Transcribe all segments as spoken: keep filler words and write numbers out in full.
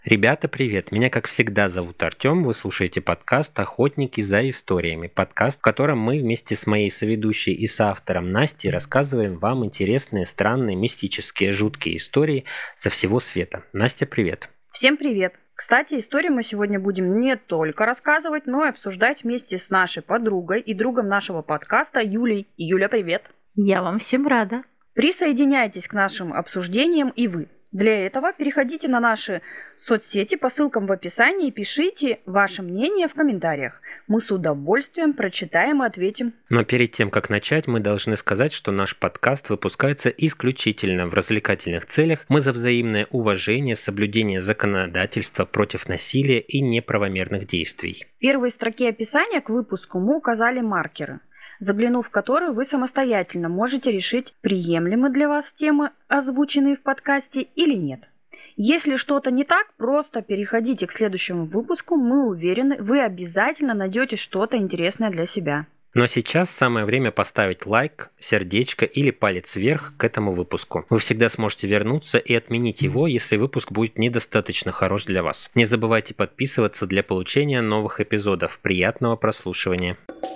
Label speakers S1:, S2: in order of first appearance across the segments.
S1: Ребята, привет! Меня, как всегда, зовут Артем. Вы слушаете подкаст «Охотники за историями». Подкаст, в котором мы вместе с моей соведущей и соавтором Настей рассказываем вам интересные, странные, мистические, жуткие истории со всего света. Настя, привет!
S2: Всем привет! Кстати, истории мы сегодня будем не только рассказывать, но и обсуждать вместе с нашей подругой и другом нашего подкаста Юлей. Юля, привет!
S3: Я вам всем рада!
S2: Присоединяйтесь к нашим обсуждениям и вы. Для этого переходите на наши соцсети по ссылкам в описании и пишите ваше мнение в комментариях. Мы с удовольствием прочитаем и ответим.
S1: Но перед тем, как начать, мы должны сказать, что наш подкаст выпускается исключительно в развлекательных целях. Мы за взаимное уважение, соблюдение законодательства против насилия и неправомерных действий.
S2: В первой строке описания к выпуску мы указали маркеры, заглянув в которые вы самостоятельно можете решить, приемлемы для вас темы, озвученные в подкасте, или нет. Если что-то не так, просто переходите к следующему выпуску, мы уверены, вы обязательно найдете что-то интересное для себя.
S1: Но сейчас самое время поставить лайк, сердечко или палец вверх к этому выпуску. Вы всегда сможете вернуться и отменить его, если выпуск будет недостаточно хорош для вас. Не забывайте подписываться для получения новых эпизодов. Приятного прослушивания!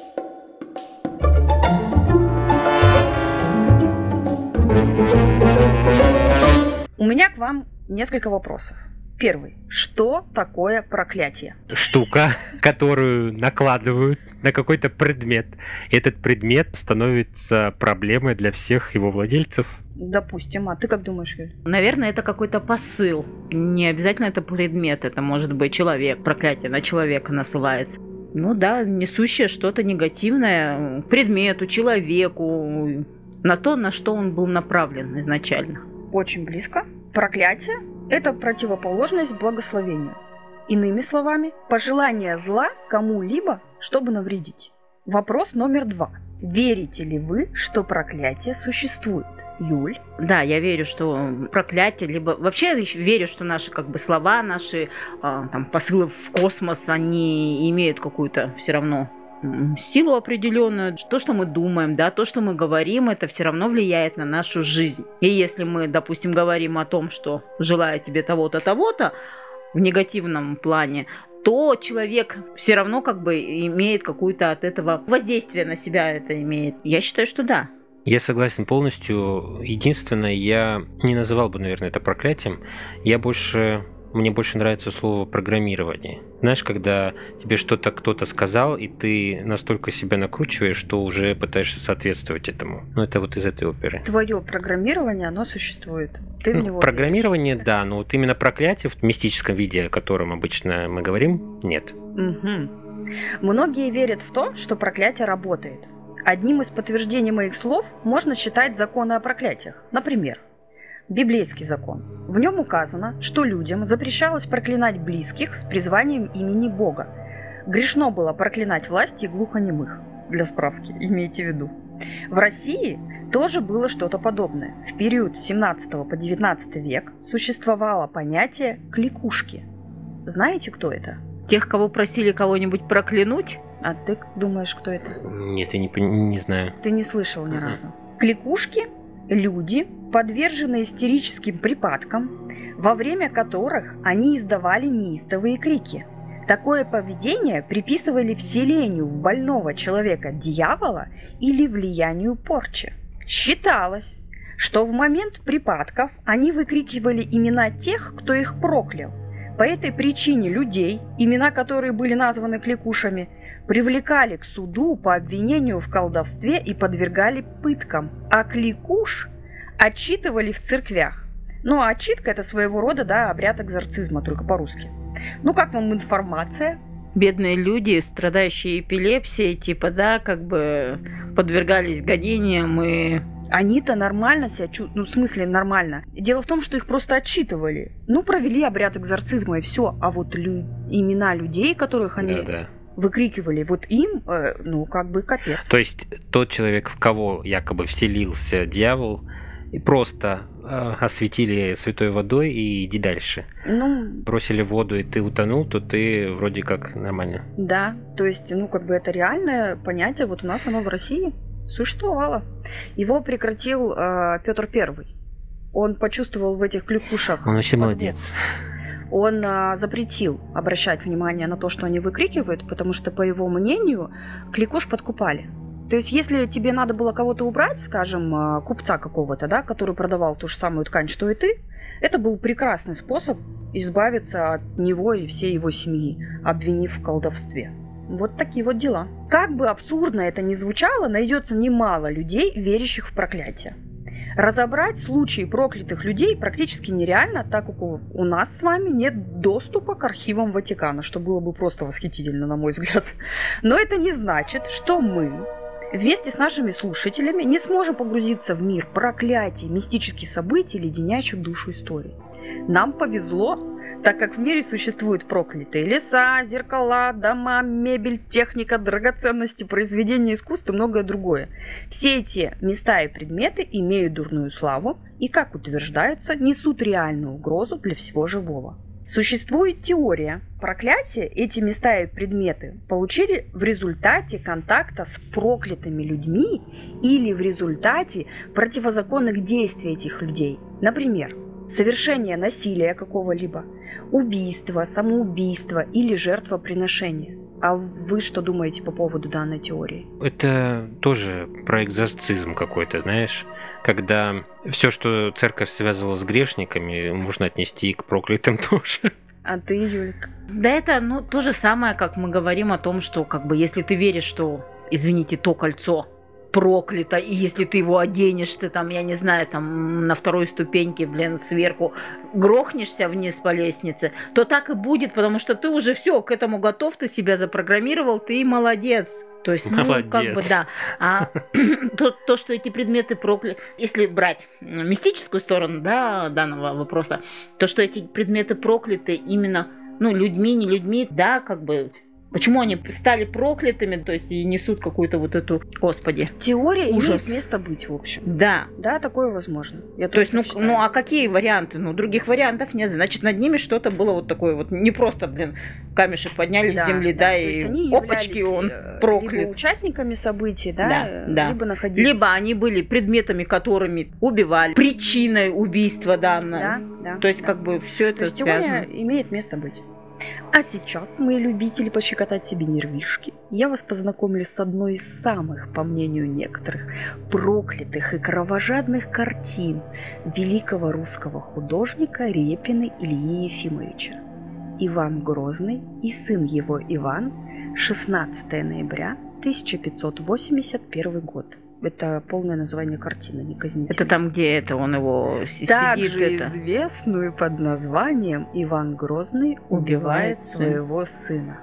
S2: У меня к вам несколько вопросов. Первый. Что такое проклятие?
S1: Штука, которую накладывают на какой-то предмет. И этот предмет становится проблемой для всех его владельцев.
S2: Допустим. А ты как думаешь, Юль?
S3: Наверное, это какой-то посыл. Не обязательно это предмет. Это может быть человек. Проклятие на человека насылается. Ну да, несущее что-то негативное предмету, человеку, на то, на что он был направлен изначально.
S2: Очень близко. Проклятие – это противоположность благословению. Иными словами, пожелание зла кому-либо, чтобы навредить. Вопрос номер два. Верите ли вы, что проклятие существует? Юль?
S3: Да, я верю, что проклятие, либо вообще верю, что наши как бы слова, наши э, там, посылы в космос, они имеют какую-то все равно силу определенную. То, что мы думаем, да, то, что мы говорим, это все равно влияет на нашу жизнь. И если мы, допустим, говорим о том, что желаю тебе того-то, того-то в негативном плане, то человек все равно как бы имеет какое-то от этого воздействие на себя это имеет. Я считаю, что да.
S1: Я согласен полностью. Единственное, я не называл бы, наверное, это проклятием. Я больше... Мне больше нравится слово программирование. Знаешь, когда тебе что-то кто-то сказал, и ты настолько себя накручиваешь, что уже пытаешься соответствовать этому. Ну, это вот из этой оперы.
S2: Твое программирование, оно существует. Ты
S1: ну,
S2: в него
S1: программирование,
S2: веришь?
S1: Да, но вот именно проклятие в мистическом виде, о котором обычно мы говорим, нет.
S2: Угу. Многие верят в то, что проклятие работает. Одним из подтверждений моих слов можно считать законы о проклятиях. Например, библейский закон. В нем указано, что людям запрещалось проклинать близких с призванием имени Бога. Грешно было проклинать власти глухонемых. Для справки, имейте в виду. В России тоже было что-то подобное. В период с семнадцатого по девятнадцатый век существовало понятие «кликушки». Знаете, кто это?
S3: Тех, кого просили кого-нибудь проклянуть?
S2: А ты думаешь, кто это?
S1: Нет, я не, не знаю.
S2: Ты не слышал ни разу. Кликушки – люди, подверженные истерическим припадкам, во время которых они издавали неистовые крики. Такое поведение приписывали вселению в больного человека дьявола или влиянию порчи. Считалось, что в момент припадков они выкрикивали имена тех, кто их проклял. По этой причине людей, имена которых были названы кликушами, привлекали к суду по обвинению в колдовстве и подвергали пыткам. А кликуш отчитывали в церквях. Ну, а отчитка – это своего рода, да, обряд экзорцизма, только по-русски. Ну, как вам информация?
S3: Бедные люди, страдающие эпилепсией, типа, да, как бы подвергались гонениям и...
S2: Они-то нормально себя чувствуют, ну, в смысле нормально. Дело в том, что их просто отчитывали. Ну, провели обряд экзорцизма и все. А вот лю- имена людей, которых они
S1: Да-да.
S2: выкрикивали, вот им, э, ну, как бы капец.
S1: То есть тот человек, в кого якобы вселился дьявол, и просто э, осветили святой водой и иди дальше.
S2: Ну,
S1: бросили в воду, и ты утонул, то ты вроде как нормально.
S2: Да, то есть, ну, как бы это реальное понятие, вот у нас оно в России существовало. Его прекратил э, Петр Первый. Он почувствовал в этих кликушах.
S1: Он вообще
S2: подвох.
S1: молодец.
S2: он а, запретил обращать внимание на то, что они выкрикивают, потому что, по его мнению, кликуш подкупали. То есть, если тебе надо было кого-то убрать, скажем, купца какого-то, да, который продавал ту же самую ткань, что и ты, это был прекрасный способ избавиться от него и всей его семьи, обвинив в колдовстве. Вот такие вот дела. Как бы абсурдно это ни звучало, найдется немало людей, верящих в проклятие. Разобрать случаи проклятых людей практически нереально, так как у нас с вами нет доступа к архивам Ватикана, что было бы просто восхитительно, на мой взгляд. Но это не значит, что мы вместе с нашими слушателями не сможем погрузиться в мир проклятий, мистических событий, леденящих душу историй. Нам повезло, так как в мире существуют проклятые леса, зеркала, дома, мебель, техника, драгоценности, произведения искусства и многое другое. Все эти места и предметы имеют дурную славу и, как утверждаются, несут реальную угрозу для всего живого. Существует теория. Проклятия эти места и предметы получили в результате контакта с проклятыми людьми или в результате противозаконных действий этих людей. Например, совершение насилия какого-либо, убийство, самоубийство или жертвоприношение. А вы что думаете по поводу данной теории?
S1: Это тоже про экзорцизм какой-то, знаешь, когда все, что церковь связывала с грешниками, можно отнести и к проклятым тоже.
S2: А ты, Юлька?
S3: Да это, ну, то же самое, как мы говорим о том, что, как бы, если ты веришь, что, извините, то кольцо проклято, и если ты его оденешь, ты там, я не знаю, там на второй ступеньке, блин, сверху грохнешься вниз по лестнице, то так и будет, потому что ты уже все к этому готов, ты себя запрограммировал, ты молодец. То есть, ну,
S1: молодец.
S3: Как бы, да. А то, то, что эти предметы прокляты, если брать мистическую сторону, да, данного вопроса, то, что эти предметы прокляты именно, ну, людьми, не людьми, да, как бы. Почему они стали проклятыми, то есть и несут какую-то вот эту, господи,
S2: теория
S3: ужас.
S2: Имеет место быть, в общем.
S3: Да.
S2: Да, такое возможно. Я
S3: то есть, ну, ну, а какие варианты? Ну, других вариантов нет. Значит, над ними что-то было вот такое вот, не просто, блин, камешек подняли да, с земли, да, да и опачки, он проклят.
S2: Либо участниками событий, да,
S3: да, да.
S2: либо находились.
S3: Либо они были предметами, которыми убивали, причиной убийства данного.
S2: Да, да.
S3: То есть,
S2: да.
S3: как бы все это
S2: то есть,
S3: связано.
S2: Теория имеет место быть. А сейчас, мои любители пощекотать себе нервишки, я вас познакомлю с одной из самых, по мнению некоторых, проклятых и кровожадных картин великого русского художника Репина Ильи Ефимовича. «Иван Грозный и сын его Иван», шестнадцатого ноября тысяча пятьсот восемьдесят первый год. Это полное название картины, не казните.
S3: Это там, где это он его сидит.
S2: Также
S3: это.
S2: известную под названием «Иван Грозный убивает своего сына».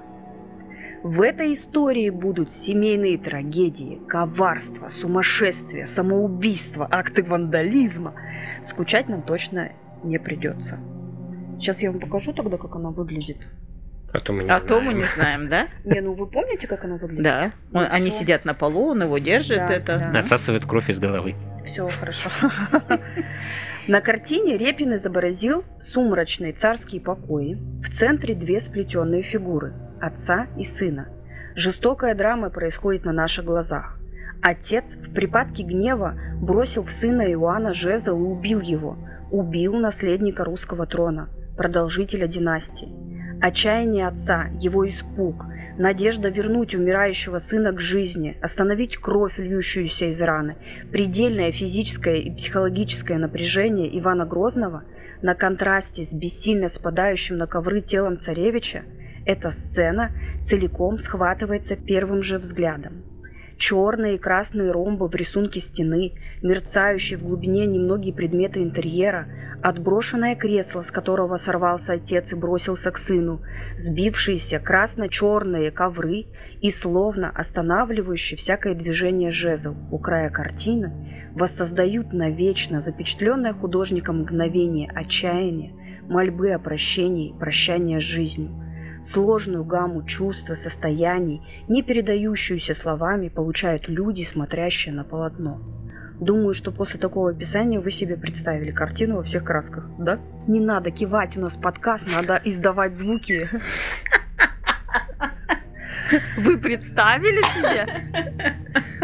S2: В этой истории будут семейные трагедии, коварство, сумасшествие, самоубийство, акты вандализма. Скучать нам точно не придется. Сейчас я вам покажу тогда, как она выглядит.
S1: А то мы не
S3: а
S1: знаем.
S3: То мы не знаем, да?
S2: Не, ну вы помните, как она выглядит?
S3: Да. Он, они сидят на полу, он его держит.
S2: Да,
S3: это.
S2: да.
S1: Отсасывает кровь из головы.
S2: Все хорошо. На картине Репин изобразил сумрачные царские покои. В центре две сплетенные фигуры – отца и сына. Жестокая драма происходит на наших глазах. Отец в припадке гнева бросил в сына Иоанна жезл и убил его. Убил наследника русского трона, продолжителя династии. Отчаяние отца, его испуг, надежда вернуть умирающего сына к жизни, остановить кровь, льющуюся из раны, предельное физическое и психологическое напряжение Ивана Грозного на контрасте с бессильно спадающим на ковры телом царевича, эта сцена целиком схватывается первым же взглядом. Черные и красные ромбы в рисунке стены, мерцающие в глубине немногие предметы интерьера, отброшенное кресло, с которого сорвался отец и бросился к сыну, сбившиеся красно-черные ковры и словно останавливающие всякое движение жезл у края картины воссоздают навечно запечатленное художником мгновение отчаяния, мольбы о прощении, прощания с жизнью. Сложную гамму чувств и состояний, не передающуюся словами, получают люди, смотрящие на полотно. Думаю, что после такого описания вы себе представили картину во всех красках, да? Не надо кивать, у нас подкаст, надо издавать звуки. Вы представили себе?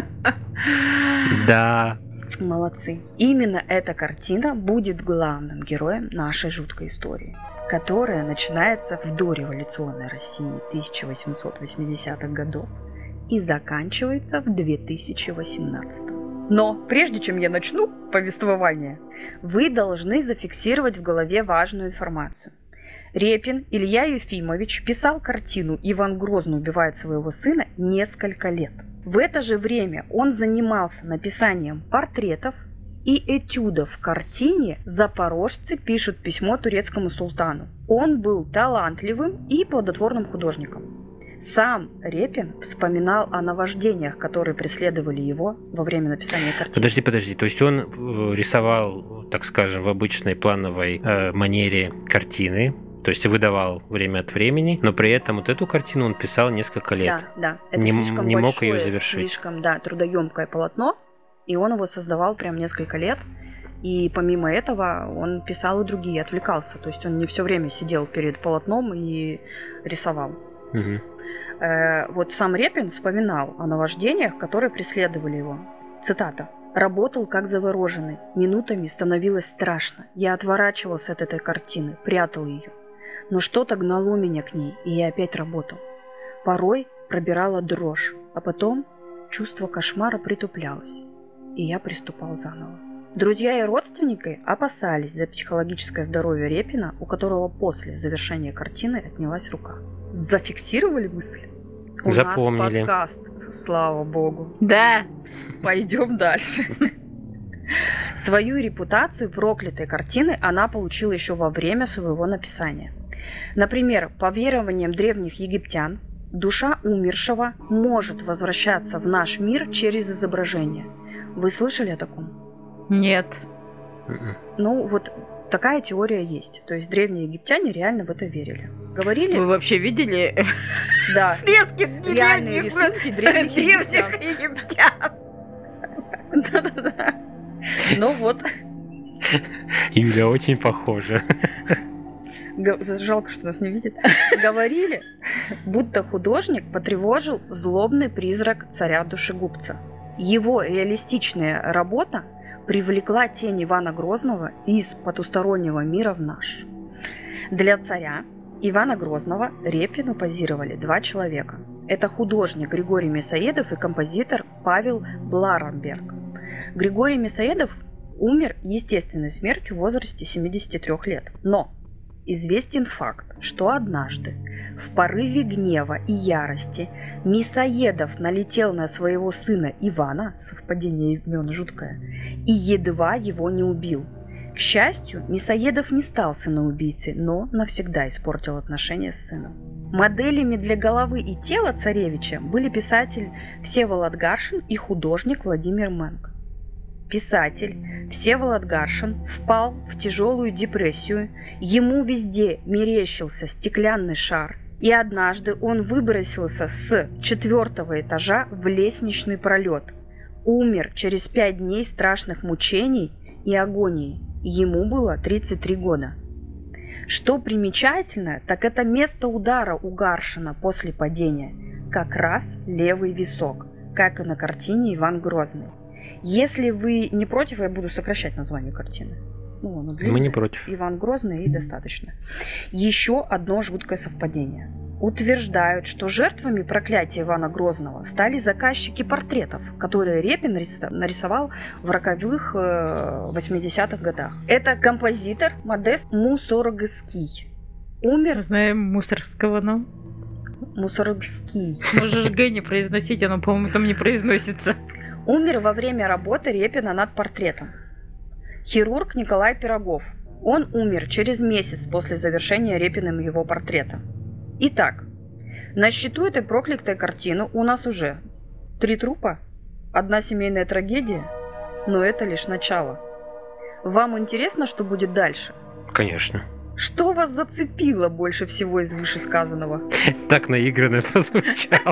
S1: Да.
S2: Молодцы. Именно эта картина будет главным героем нашей жуткой истории. которая начинается в дореволюционной России тысяча восемьсот восьмидесятых годов и заканчивается в две тысячи восемнадцатом. Но прежде чем я начну повествование, вы должны зафиксировать в голове важную информацию. Репин Илья Ефимович писал картину «Иван Грозный убивает своего сына» несколько лет. В это же время он занимался написанием портретов и этюдов в картине «Запорожцы пишут письмо турецкому султану». Он был талантливым и плодотворным художником. Сам Репин вспоминал о наваждениях, которые преследовали его во время написания картины.
S1: Подожди, подожди. То есть он рисовал, так скажем, в обычной плановой э, манере картины, то есть выдавал время от времени, но при этом вот эту картину он писал несколько лет.
S2: Да, да. Это
S1: не,
S2: слишком
S1: не
S2: большое,
S1: мог ее завершить.
S2: Слишком, да, трудоемкое полотно, и он его создавал прям несколько лет. И помимо этого он писал и другие, отвлекался. То есть он не все время сидел перед полотном и рисовал.
S1: Угу.
S2: Э, вот сам Репин вспоминал о наваждениях, которые преследовали его. Цитата. «Работал как завороженный. Минутами становилось страшно. Я отворачивался от этой картины, прятал ее. Но что-то гнало меня к ней, и я опять работал. Порой пробирала дрожь, а потом чувство кошмара притуплялось, и я приступал заново». Друзья и родственники опасались за психологическое здоровье Репина, у которого после завершения картины отнялась рука. Зафиксировали мысль? У
S1: Запомнили.
S2: нас подкаст, слава богу.
S3: Да.
S2: Пойдем дальше. Свою репутацию проклятой картины она получила еще во время своего написания. Например, по верованиям древних египтян, душа умершего может возвращаться в наш мир через изображение. Вы слышали о таком?
S3: Нет.
S2: Ну, вот такая теория есть. То есть древние египтяне реально в это верили. Говорили?
S3: Вы вообще видели
S2: Да.
S3: фрески
S2: Реальные рисунки древних египтян.
S3: египтян?
S2: Да-да-да. Ну вот.
S1: Юля очень похожа.
S2: Жалко, что нас не видит. Говорили, будто художник потревожил злобный призрак царя душегубца. Его реалистичная работа привлекла тень Ивана Грозного из потустороннего мира в наш. Для царя Ивана Грозного Репину позировали два человека. Это художник Григорий Мясоедов и композитор Павел Бларамберг. Григорий Мясоедов умер естественной смертью в возрасте семидесяти трёх лет. Но известен факт, что однажды в порыве гнева и ярости Мясоедов налетел на своего сына Ивана, совпадение имен жуткое, и едва его не убил. К счастью, Мясоедов не стал сыноубийцей, но навсегда испортил отношения с сыном. Моделями для головы и тела царевича были писатель Всеволод Гаршин и художник Владимир Менг. Писатель Всеволод Гаршин впал в тяжелую депрессию, ему везде мерещился стеклянный шар, и однажды он выбросился с четвертого этажа в лестничный пролет. Умер через пять дней страшных мучений и агонии. Ему было тридцать три года. Что примечательно, так это место удара у Гаршина после падения. Как раз левый висок, как и на картине «Иван Грозный». Если вы не против, я буду сокращать название картины. Ну, оно длинное.
S1: Мы не против.
S2: Иван Грозный и достаточно. Еще одно жуткое совпадение. Утверждают, что жертвами проклятия Ивана Грозного стали заказчики портретов, которые Репин нарисовал в роковых восьмидесятых годах. Это композитор Модест Мусоргский. Умер...
S3: Знаем Мусоргского, но...
S2: Мусоргский.
S3: Можешь Г не произносить, оно, по-моему, там не произносится.
S2: Умер во время работы Репина над портретом. Хирург Николай Пирогов. Он умер через месяц после завершения Репиным его портрета. Итак, на счету этой проклятой картины у нас уже три трупа, одна семейная трагедия, но это лишь начало. Вам интересно, что будет дальше?
S1: Конечно.
S2: Что вас зацепило больше всего из вышесказанного?
S1: Так наигранно прозвучало.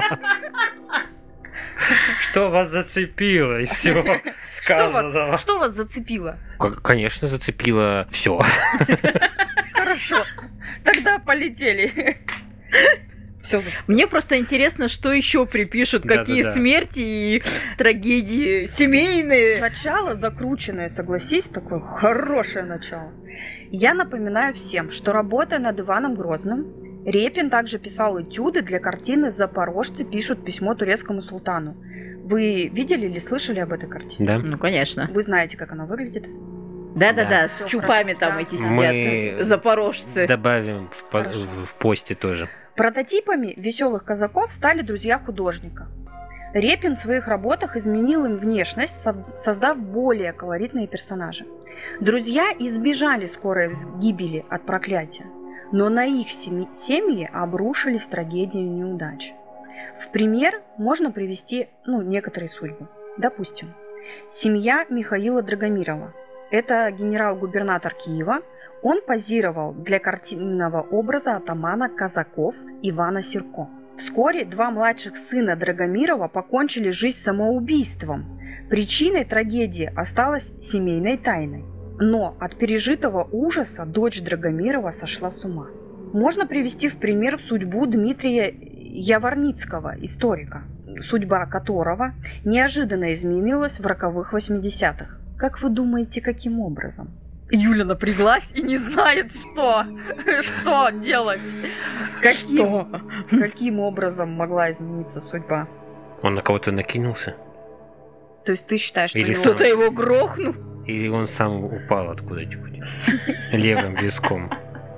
S1: Что вас зацепило из всего сказанного?
S2: Что вас, что вас зацепило?
S1: Конечно, зацепило все.
S2: Хорошо, тогда полетели. Все.
S3: Мне просто интересно, что еще припишут,
S1: да,
S3: какие
S1: да, да.
S3: смерти и трагедии семейные.
S2: Начало закрученное, согласись, такое хорошее начало. Я напоминаю всем, что работая над Иваном Грозным, Репин также писал этюды для картины «Запорожцы пишут письмо турецкому султану». Вы видели или слышали об этой картине?
S1: Да.
S3: Ну, конечно.
S2: Вы знаете, как она выглядит?
S3: Да-да-да,
S1: Да.
S3: с
S2: Всё
S3: чупами
S2: хорошо,
S3: там
S2: да.
S3: эти сидят,
S1: Мы
S3: запорожцы.
S1: добавим в, по-
S2: Хорошо.
S1: в посте тоже.
S2: Прототипами веселых казаков стали друзья художника. Репин в своих работах изменил им внешность, со- создав более колоритные персонажи. Друзья избежали скорой гибели от проклятия, но на их семи- семьи обрушились трагедии и неудачи. В пример можно привести ну, некоторые судьбы. Допустим, семья Михаила Драгомирова. Это генерал-губернатор Киева. Он позировал для картинного образа атамана казаков Ивана Сирко. Вскоре два младших сына Драгомирова покончили жизнь самоубийством. Причиной трагедии осталась семейной тайной. Но от пережитого ужаса дочь Драгомирова сошла с ума. Можно привести в пример судьбу Дмитрия Яворницкого, историка, судьба которого неожиданно изменилась в роковых восьмидесятых. Как вы думаете, каким образом? Юля напряглась и не знает, что, что делать. Каким,
S3: Что?
S2: каким образом могла измениться судьба?
S1: Он на кого-то накинулся?
S2: То есть ты считаешь, что
S1: Или
S2: его...
S3: Кто-то его грохнул.
S1: Или он сам упал откуда-нибудь? Левым виском.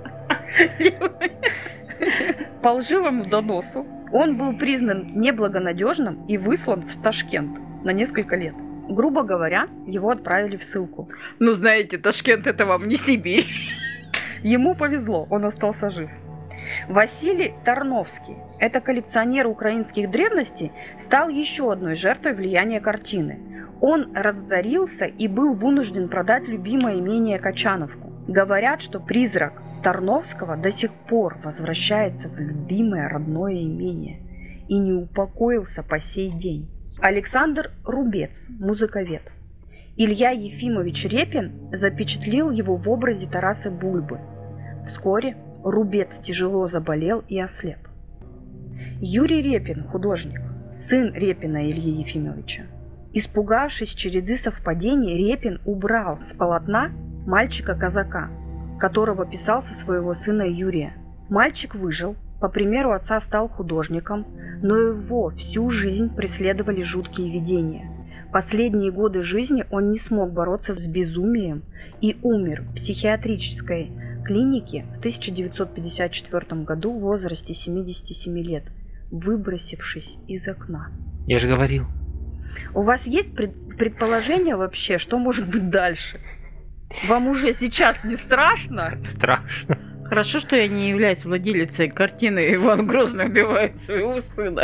S2: По лживому доносу он был признан неблагонадежным и выслан в Ташкент на несколько лет. Грубо говоря, его отправили в ссылку.
S3: Ну, знаете, Ташкент — это вам не Сибирь.
S2: Ему повезло, он остался жив. Василий Тарновский, это коллекционер украинских древностей, стал еще одной жертвой влияния картины. Он разорился и был вынужден продать любимое имение Качановку. Говорят, что призрак Тарновского до сих пор возвращается в любимое родное имение и не упокоился по сей день. Александр Рубец, музыковед. Илья Ефимович Репин запечатлел его в образе Тараса Бульбы. Вскоре Рубец тяжело заболел и ослеп. Юрий Репин, художник, сын Репина Ильи Ефимовича. Испугавшись череды совпадений, Репин убрал с полотна мальчика-казака, которого писал со своего сына Юрия. Мальчик выжил, по примеру отца стал художником, но его всю жизнь преследовали жуткие видения. Последние годы жизни он не смог бороться с безумием и умер в психиатрической клинике в тысяча девятьсот пятьдесят четвёртом году в возрасте семидесяти семи лет, выбросившись из окна.
S1: Я же говорил.
S2: У вас есть пред- предположение вообще, что может быть дальше? Вам уже сейчас не страшно?
S1: Страшно.
S3: Хорошо, что я не являюсь владелицей картины «Иван Грозный убивает своего сына».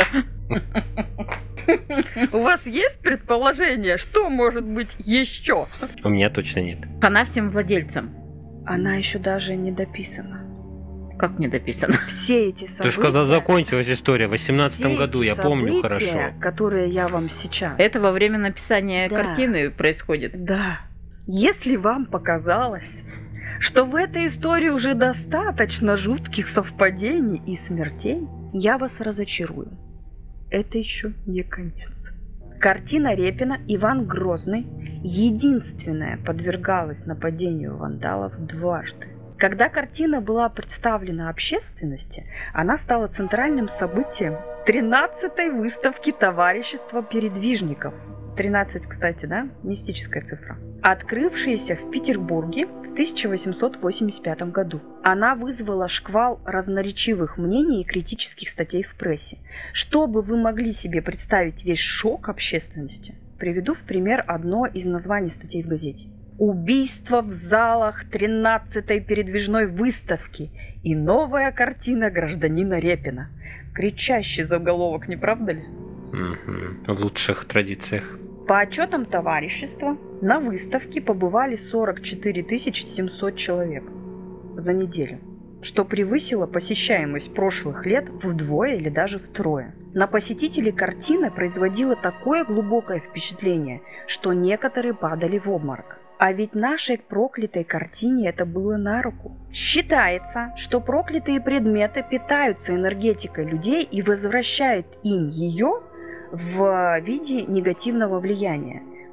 S2: У вас есть предположение, что может быть еще?
S1: У меня точно нет.
S3: Хана всем владельцам.
S2: Она еще даже не дописана.
S3: Как не дописано?
S2: Все эти события...
S1: Ты же когда закончилась история в восемнадцатом
S2: все
S1: году,
S2: эти
S1: я помню
S2: события,
S1: хорошо.
S2: которые я вам сейчас...
S3: Это во время написания
S2: Да.
S3: картины происходит.
S2: Да. Если вам показалось, что в этой истории уже достаточно жутких совпадений и смертей, я вас разочарую. Это еще не конец. Картина Репина «Иван Грозный» единственная подвергалась нападению вандалов дважды. Когда картина была представлена общественности, она стала центральным событием тринадцатой выставки товарищества передвижников. тринадцать, кстати, да? Мистическая цифра. Открывшаяся в Петербурге в тысяча восемьсот восемьдесят пятом году. Она вызвала шквал разноречивых мнений и критических статей в прессе. Чтобы вы могли себе представить весь шок общественности, приведу в пример одно из названий статей в газете. «Убийство в залах тринадцатой передвижной выставки и новая картина гражданина Репина». Кричащий заголовок, не правда ли?
S1: Мгм. В лучших традициях.
S2: По отчетам товарищества на выставке побывали сорок четыре тысячи семьсот человек за неделю, что превысило посещаемость прошлых лет вдвое или даже втрое. На посетителей картина производила такое глубокое впечатление, что некоторые падали в обморок. А ведь нашей проклятой картине это было на руку. Считается, что проклятые предметы питаются энергетикой людей и возвращают им ее в виде негативного влияния.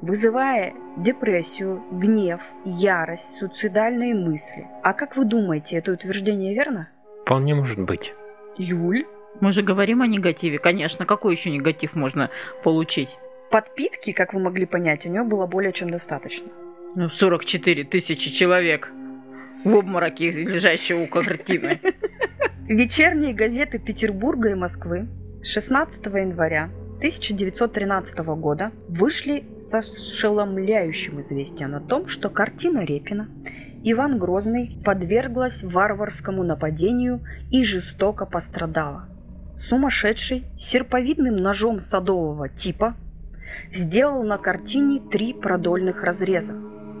S2: вызывая депрессию, гнев, ярость, суицидальные мысли. А как вы думаете, это утверждение верно?
S1: Вполне может быть.
S2: Юль?
S3: Мы же говорим о негативе, конечно. Какой еще негатив можно получить?
S2: Подпитки, как вы могли понять, у нее было более чем достаточно.
S3: Ну, сорок четыре тысячи человек в обмороке, лежащие у картины.
S2: Вечерние газеты Петербурга и Москвы шестнадцатого января тысяча девятьсот тринадцатого года вышли с ошеломляющим известием о том, что картина Репина «Иван Грозный» подверглась варварскому нападению и жестоко пострадала. Сумасшедший серповидным ножом садового типа сделал на картине три продольных разреза.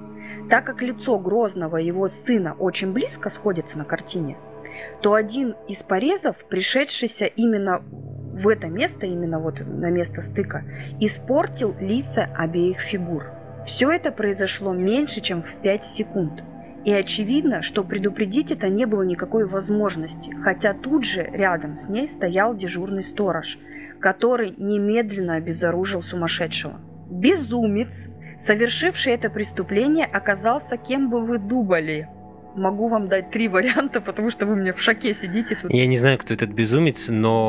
S2: Так как лицо Грозного и его сына очень близко сходятся на картине, то один из порезов, пришедшийся именно в это место, именно вот на место стыка, испортил лица обеих фигур. Все это произошло меньше, чем в пять секунд. И очевидно, что предупредить это не было никакой возможности, хотя тут же рядом с ней стоял дежурный сторож, который немедленно обезоружил сумасшедшего. Безумец, совершивший это преступление, оказался кем бы вы думали. Могу вам дать три варианта, потому что вы мне в шоке сидите тут.
S1: Я не знаю, кто этот безумец,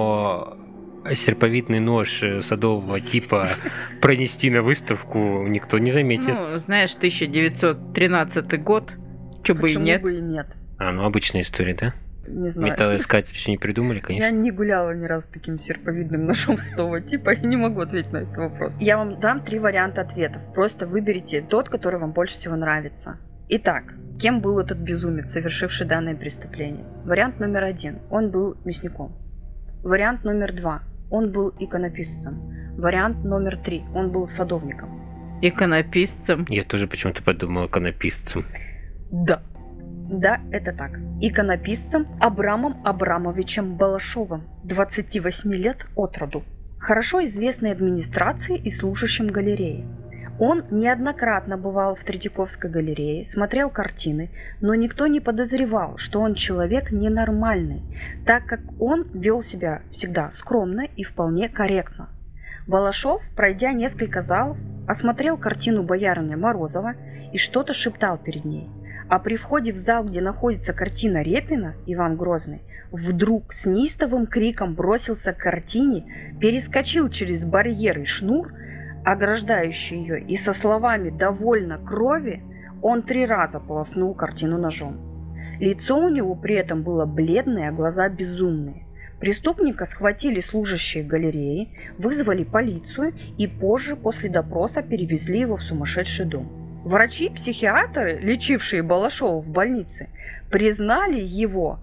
S1: но серповидный нож садового типа пронести на выставку никто не заметит.
S3: Ну, знаешь, тысяча девятьсот тринадцатый год, что бы и нет.
S2: бы и нет?
S1: А, ну обычная история, да?
S2: Не знаю.
S1: Металлоискатель еще не придумали, конечно.
S2: Я не гуляла ни разу с таким серповидным ножом садового типа и не могу ответить на этот вопрос. Я вам дам три варианта ответов. Просто выберите тот, который вам больше всего нравится. Итак, кем был этот безумец, совершивший данное преступление? Вариант номер один. Он был мясником. Вариант номер два. Он был иконописцем. Вариант номер три. Он был садовником.
S3: Иконописцем?
S1: Я тоже почему-то подумал иконописцем.
S2: Да. Да, это так. Иконописцем Абрамом Абрамовичем Балашовым, двадцати восьми лет от роду. Хорошо известный администрации и служащим галереи. Он неоднократно бывал в Третьяковской галерее, смотрел картины, но никто не подозревал, что он человек ненормальный, так как он вел себя всегда скромно и вполне корректно. Балашов, пройдя несколько залов, осмотрел картину боярыня Морозова и что-то шептал перед ней. А при входе в зал, где находится картина Репина «Иван Грозный», вдруг с неистовым криком бросился к картине, перескочил через барьер и шнур, ограждающий ее, и со словами «довольно крови» он три раза полоснул картину ножом. Лицо у него при этом было бледное, а глаза безумные. Преступника схватили служащие галереи, вызвали полицию и позже, после допроса, перевезли его в сумасшедший дом. Врачи-психиатры, лечившие Балашова в больнице, признали его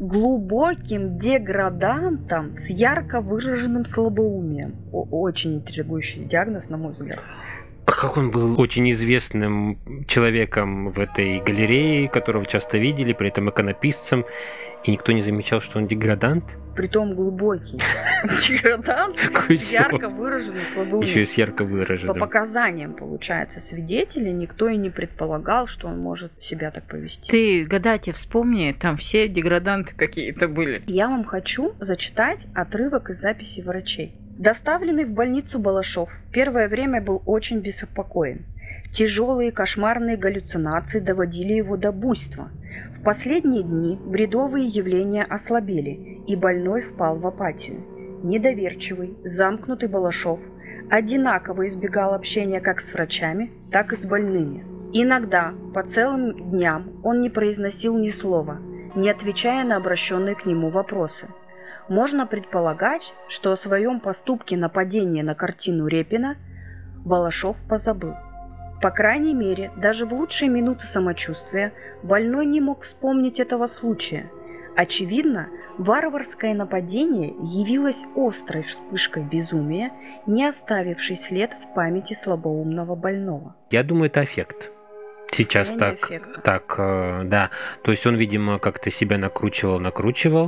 S2: глубоким деградантом с ярко выраженным слабоумием. О- очень интригующий диагноз, на мой взгляд.
S1: А как он был очень известным человеком в этой галерее, которого часто видели, при этом иконописцем, и никто не замечал, что он деградант?
S2: Притом глубокий деградант с ярко выраженным слабоумием.
S1: Еще и с ярко выраженным.
S2: По показаниям, получается, свидетелей, никто и не предполагал, что он может себя так повести.
S3: Ты гадайте, вспомни, там все деграданты какие-то были.
S2: Я вам хочу зачитать отрывок из записи врачей. Доставленный в больницу Балашов первое время был очень беспокоен. Тяжелые кошмарные галлюцинации доводили его до буйства. В последние дни бредовые явления ослабели, и больной впал в апатию. Недоверчивый, замкнутый Балашов одинаково избегал общения как с врачами, так и с больными. Иногда, по целым дням, он не произносил ни слова, не отвечая на обращенные к нему вопросы. Можно предполагать, что о своем поступке нападения на картину Репина Балашов позабыл. По крайней мере, даже в лучшие минуты самочувствия больной не мог вспомнить этого случая. Очевидно, варварское нападение явилось острой вспышкой безумия, не оставившей след в памяти слабоумного больного.
S1: Я думаю, это аффект. Сейчас
S2: Состояние
S1: так,
S2: аффекта.
S1: так, э, да. То есть он, видимо, как-то себя накручивал, накручивал,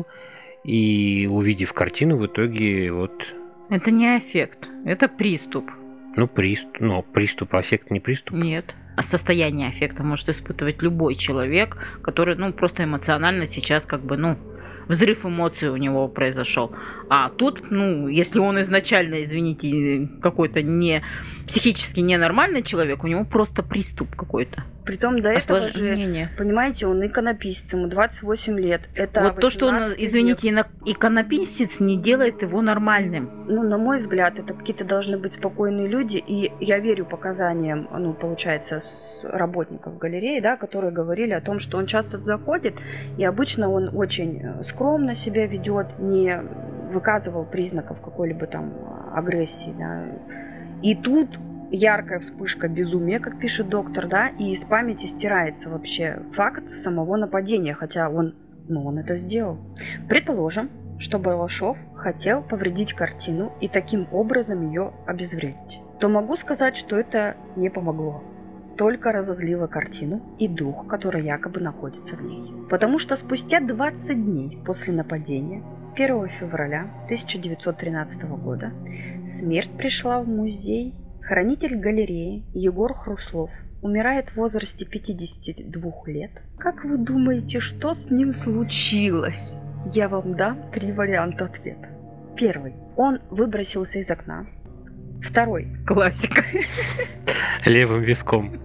S1: и увидев картину, в итоге вот...
S3: Это не аффект, это приступ.
S1: Ну, приступ, ну, приступ, а аффект не приступ.
S3: Нет. А состояние аффекта может испытывать любой человек, который, ну, просто эмоционально сейчас как бы, ну, взрыв эмоций у него произошел. А тут, ну, если он изначально, извините, какой-то не психически ненормальный человек, у него просто приступ какой-то.
S2: Притом до этого же, понимаете, он иконописец, ему двадцать восемь лет. Это
S3: вот то, что он, извините, век. Иконописец, не делает его нормальным.
S2: Ну, на мой взгляд, это какие-то должны быть спокойные люди, и я верю показаниям, ну, получается, с работников галереи, да, которые говорили о том, что он часто туда ходит, и обычно он очень скромно себя ведет, не выказывал признаков какой-либо там агрессии, да. И тут яркая вспышка безумия, как пишет доктор, да, и из памяти стирается вообще факт самого нападения, хотя он, ну, он это сделал. Предположим, что Балашов хотел повредить картину и таким образом ее обезвредить, то могу сказать, что это не помогло. Только разозлило картину и дух, который якобы находится в ней. Потому что спустя двадцать дней после нападения, первого февраля тысяча девятьсот тринадцатого года, смерть пришла в музей. Хранитель галереи Егор Хруслов умирает в возрасте пятидесяти двух лет. Как вы думаете, что с ним случилось? Я вам дам три варианта ответа. Первый. Он выбросился из окна. Второй.
S3: Классика.
S1: Левым виском.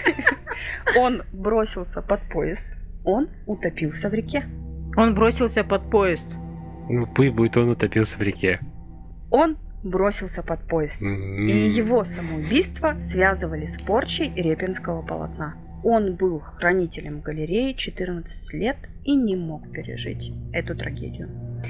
S2: Он бросился под поезд. Он утопился в реке.
S3: Он бросился под поезд.
S1: Ну, пусть будет, он утопился в реке.
S2: Он бросился под поезд. Mm-hmm. И его самоубийство связывали с порчей репинского полотна. Он был хранителем галереи четырнадцать лет и не мог пережить эту трагедию.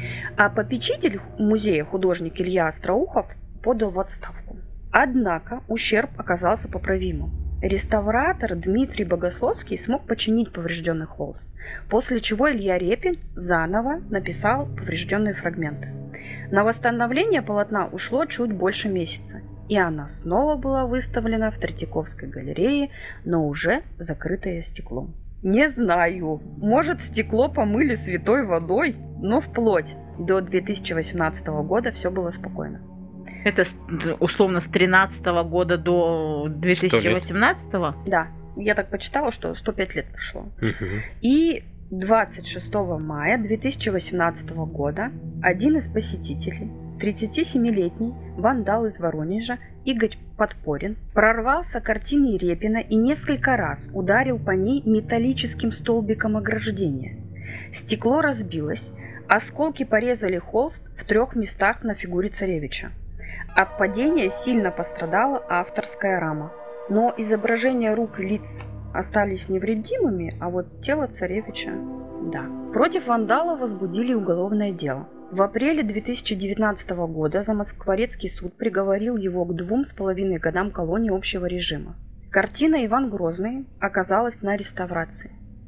S2: А попечитель музея, художник Илья Остроухов, подал в отставку. Однако ущерб оказался поправимым. Реставратор Дмитрий Богословский смог починить поврежденный холст, после чего Илья Репин заново написал поврежденные фрагменты. На восстановление полотна ушло чуть больше месяца, и она снова была выставлена в Третьяковской галерее, но уже закрытая стеклом. Не знаю, может, стекло помыли святой водой, но вплоть до две тысячи восемнадцатого года все было спокойно.
S3: Это условно с тринадцатого года до две тысячи восемнадцатого?
S2: Да, я так почитала, что сто пять лет прошло.
S1: Угу.
S2: И двадцать шестого мая две тысячи восемнадцатого года один из посетителей, тридцатисемилетний вандал из Воронежа Игорь Подпорин, прорвался к картине Репина и несколько раз ударил по ней металлическим столбиком ограждения. Стекло разбилось, осколки порезали холст в трех местах на фигуре царевича. От падения сильно пострадала авторская рама, но изображения рук и лиц остались невредимыми, а вот тело царевича – да. Против вандала возбудили уголовное дело. В апреле две тысячи девятнадцатого года Замоскворецкий суд приговорил его к двум с половиной годам колонии общего режима. Картина «Иван Грозный» оказалась на реставрации.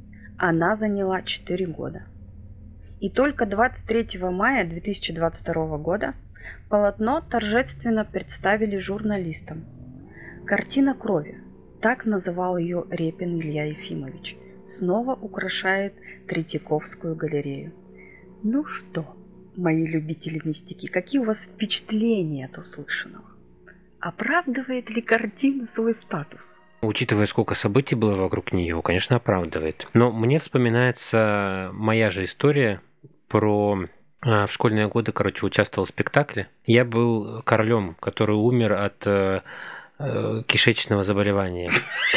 S2: Она заняла четыре года. И только двадцать третьего мая две тысячи двадцать второго года полотно торжественно представили журналистам. Картина крови, так называл ее Репин Илья Ефимович, снова украшает Третьяковскую галерею. Ну что, мои любители мистики, какие у вас впечатления от услышанного? Оправдывает ли картина свой статус?
S1: Учитывая, сколько событий было вокруг нее, конечно, оправдывает. Но мне вспоминается моя же история про... В школьные годы, короче, участвовал в спектакле. Я был королем, который умер от э, э, кишечного заболевания.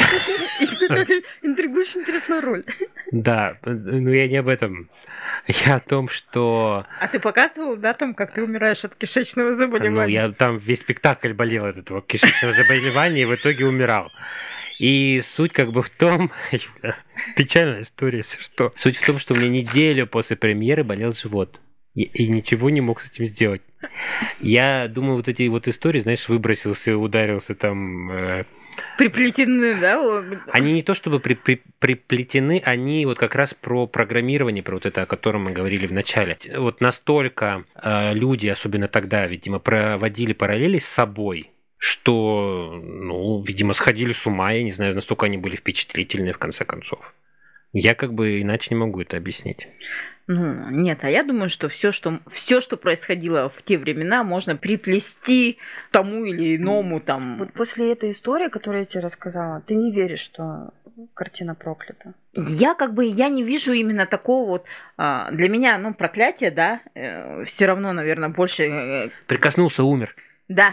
S2: Интригующая, интересная роль.
S1: Да, но я не об этом. Я о том, что...
S3: А ты показывал, да, там, как ты умираешь от кишечного заболевания?
S1: Ну, я там весь спектакль болел от этого кишечного заболевания и в итоге умирал. И суть как бы в том... Печальная история, если что. Суть в том, что у меня неделю после премьеры болел живот. И ничего не мог с этим сделать. Я думаю, вот эти вот истории, знаешь, выбросился, ударился там... Э...
S3: Приплетены, да?
S1: Они не то чтобы при, при, приплетены, они вот как раз про программирование, про вот это, о котором мы говорили в начале. Вот настолько э, люди, особенно тогда, видимо, проводили параллели с собой, что, ну, видимо, сходили с ума, я не знаю, настолько они были впечатлительны в конце концов. Я как бы иначе не могу это объяснить.
S3: Ну, нет, а я думаю, что все, что, все, что происходило в те времена, можно приплести тому или иному там.
S2: Вот после этой истории, которую я тебе рассказала, ты не веришь, что картина проклята.
S3: Я как бы я не вижу именно такого вот а, для меня, ну, проклятие, да, э, все равно, наверное, больше. Э,
S1: Прикоснулся, умер.
S3: Да,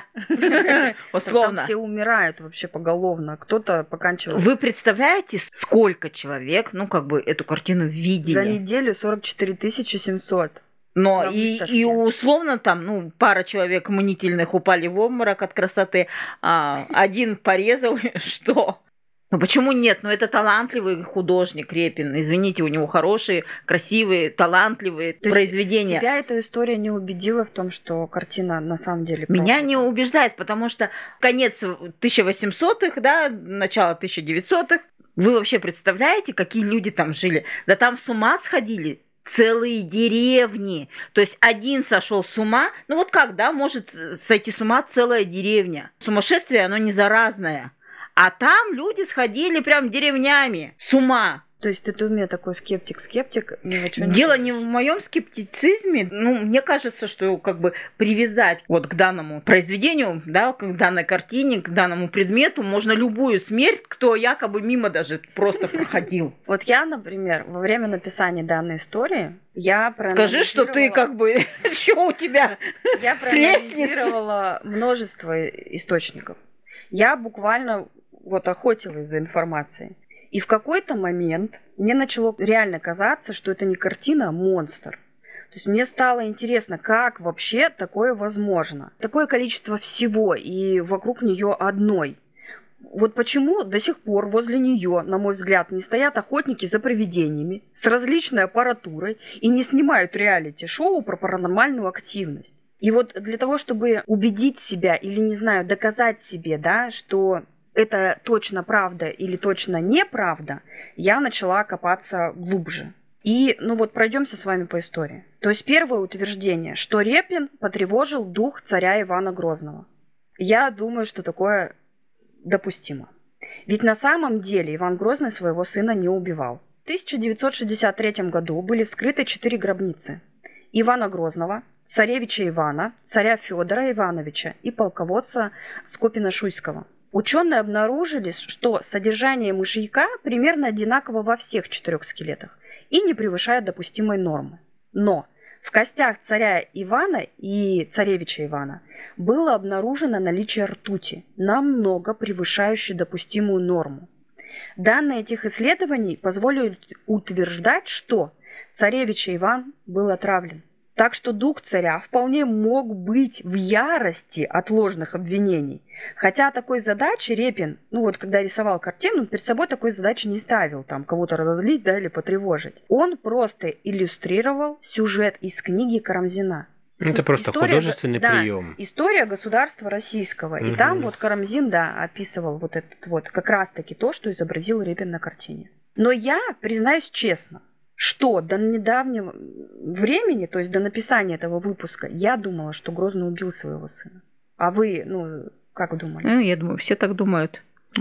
S3: условно.
S2: Там все умирают вообще поголовно, кто-то поканчивает.
S3: Вы представляете, сколько человек, ну, как бы эту картину видели?
S2: За неделю сорок четыре тысячи семьсот.
S3: Но и, и условно там, ну, пара человек мнительных упали в обморок от красоты, а один порезал, что? Ну почему нет? Ну это талантливый художник Репин. Извините, у него хорошие, красивые, талантливые То произведения.
S2: Тебя эта история не убедила в том, что картина на самом деле проклята?
S3: Меня не убеждает, потому что конец тысяча восьмисотых, да, начало тысяча девятисотых. Вы вообще представляете, какие люди там жили? Да там с ума сходили целые деревни. То есть один сошел с ума. Ну вот как, да, может сойти с ума целая деревня? Сумасшествие, оно не заразное. А там люди сходили прям деревнями с ума.
S2: То есть ты у меня такой скептик-скептик?
S3: Дело не в моем скептицизме. Ну, мне кажется, что как бы привязать вот к данному произведению, да, к данной картине, к данному предмету можно любую смерть, кто якобы мимо даже просто проходил.
S2: Вот я, например, во время написания данной истории, я
S3: Скажи, что ты как бы... Что у тебя
S2: Я проанализировала множество источников. Я буквально вот охотилась за информацией. И в какой-то момент мне начало реально казаться, что это не картина, а монстр. То есть мне стало интересно, как вообще такое возможно. Такое количество всего и вокруг нее одной. Вот почему до сих пор возле нее, на мой взгляд, не стоят охотники за привидениями с различной аппаратурой и не снимают реалити-шоу про паранормальную активность. И вот для того, чтобы убедить себя или, не знаю, доказать себе, да, что это точно правда или точно неправда, я начала копаться глубже. И, ну вот, пройдемся с вами по истории. То есть первое утверждение, что Репин потревожил дух царя Ивана Грозного. Я думаю, что такое допустимо. Ведь на самом деле Иван Грозный своего сына не убивал. В тысяча девятьсот шестьдесят третьем году были вскрыты четыре гробницы. Ивана Грозного, царевича Ивана, царя Федора Ивановича и полководца Скопина-Шуйского. Ученые обнаружили, что содержание мышьяка примерно одинаково во всех четырех скелетах и не превышает допустимой нормы. Но в костях царя Ивана и царевича Ивана было обнаружено наличие ртути, намного превышающей допустимую норму. Данные этих исследований позволили утверждать, что царевич Иван был отравлен. Так что дух царя вполне мог быть в ярости от ложных обвинений. Хотя такой задачи Репин, ну вот когда рисовал картину, перед собой такой задачи не ставил, там кого-то разозлить, да, или потревожить. Он просто иллюстрировал сюжет из книги Карамзина.
S1: Это просто история, художественный
S2: да,
S1: прием.
S2: История государства российского. Угу. И там вот Карамзин, да, описывал вот этот вот как раз-таки то, что изобразил Репин на картине. Но я, признаюсь честно, что до недавнего времени, то есть до написания этого выпуска, я думала, что Грозный убил своего сына. А вы, ну, как думали?
S3: Ну, я думаю, все так думают.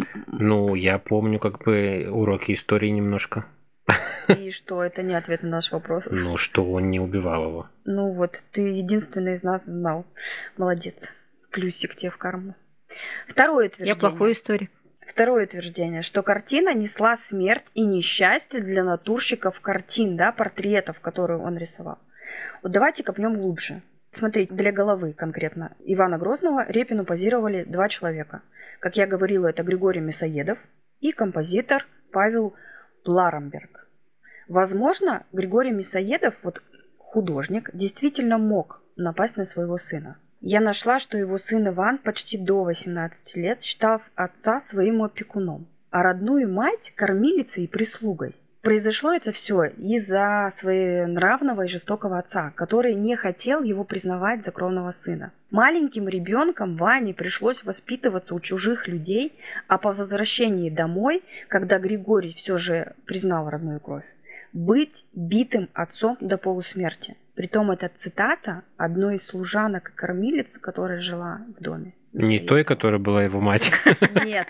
S1: Ну, я помню как бы уроки истории немножко.
S2: И что, это не ответ на наш вопрос?
S1: Ну, что он не убивал его.
S2: Ну вот, ты единственный из нас знал. Молодец. Плюсик тебе в карму. Второе утверждение.
S3: Я плохой историк.
S2: Второе утверждение, что картина несла смерть и несчастье для натурщиков картин, да, портретов, которые он рисовал. Вот давайте копнем глубже. Смотрите, для головы конкретно Ивана Грозного Репину позировали два человека. Как я говорила, это Григорий Мясоедов и композитор Павел Бларамберг. Возможно, Григорий Мясоедов, вот художник, действительно мог напасть на своего сына. Я нашла, что его сын Иван почти до восемнадцати лет считал отца своим опекуном, а родную мать – кормилицей и прислугой. Произошло это все из-за своенравного и жестокого отца, который не хотел его признавать за кровного сына. Маленьким ребенком Ване пришлось воспитываться у чужих людей, а по возвращении домой, когда Григорий все же признал родную кровь, быть битым отцом до полусмерти. Притом это цитата одной из служанок и кормилиц, которая жила в доме.
S1: Не той, которая была его мать.
S2: Нет.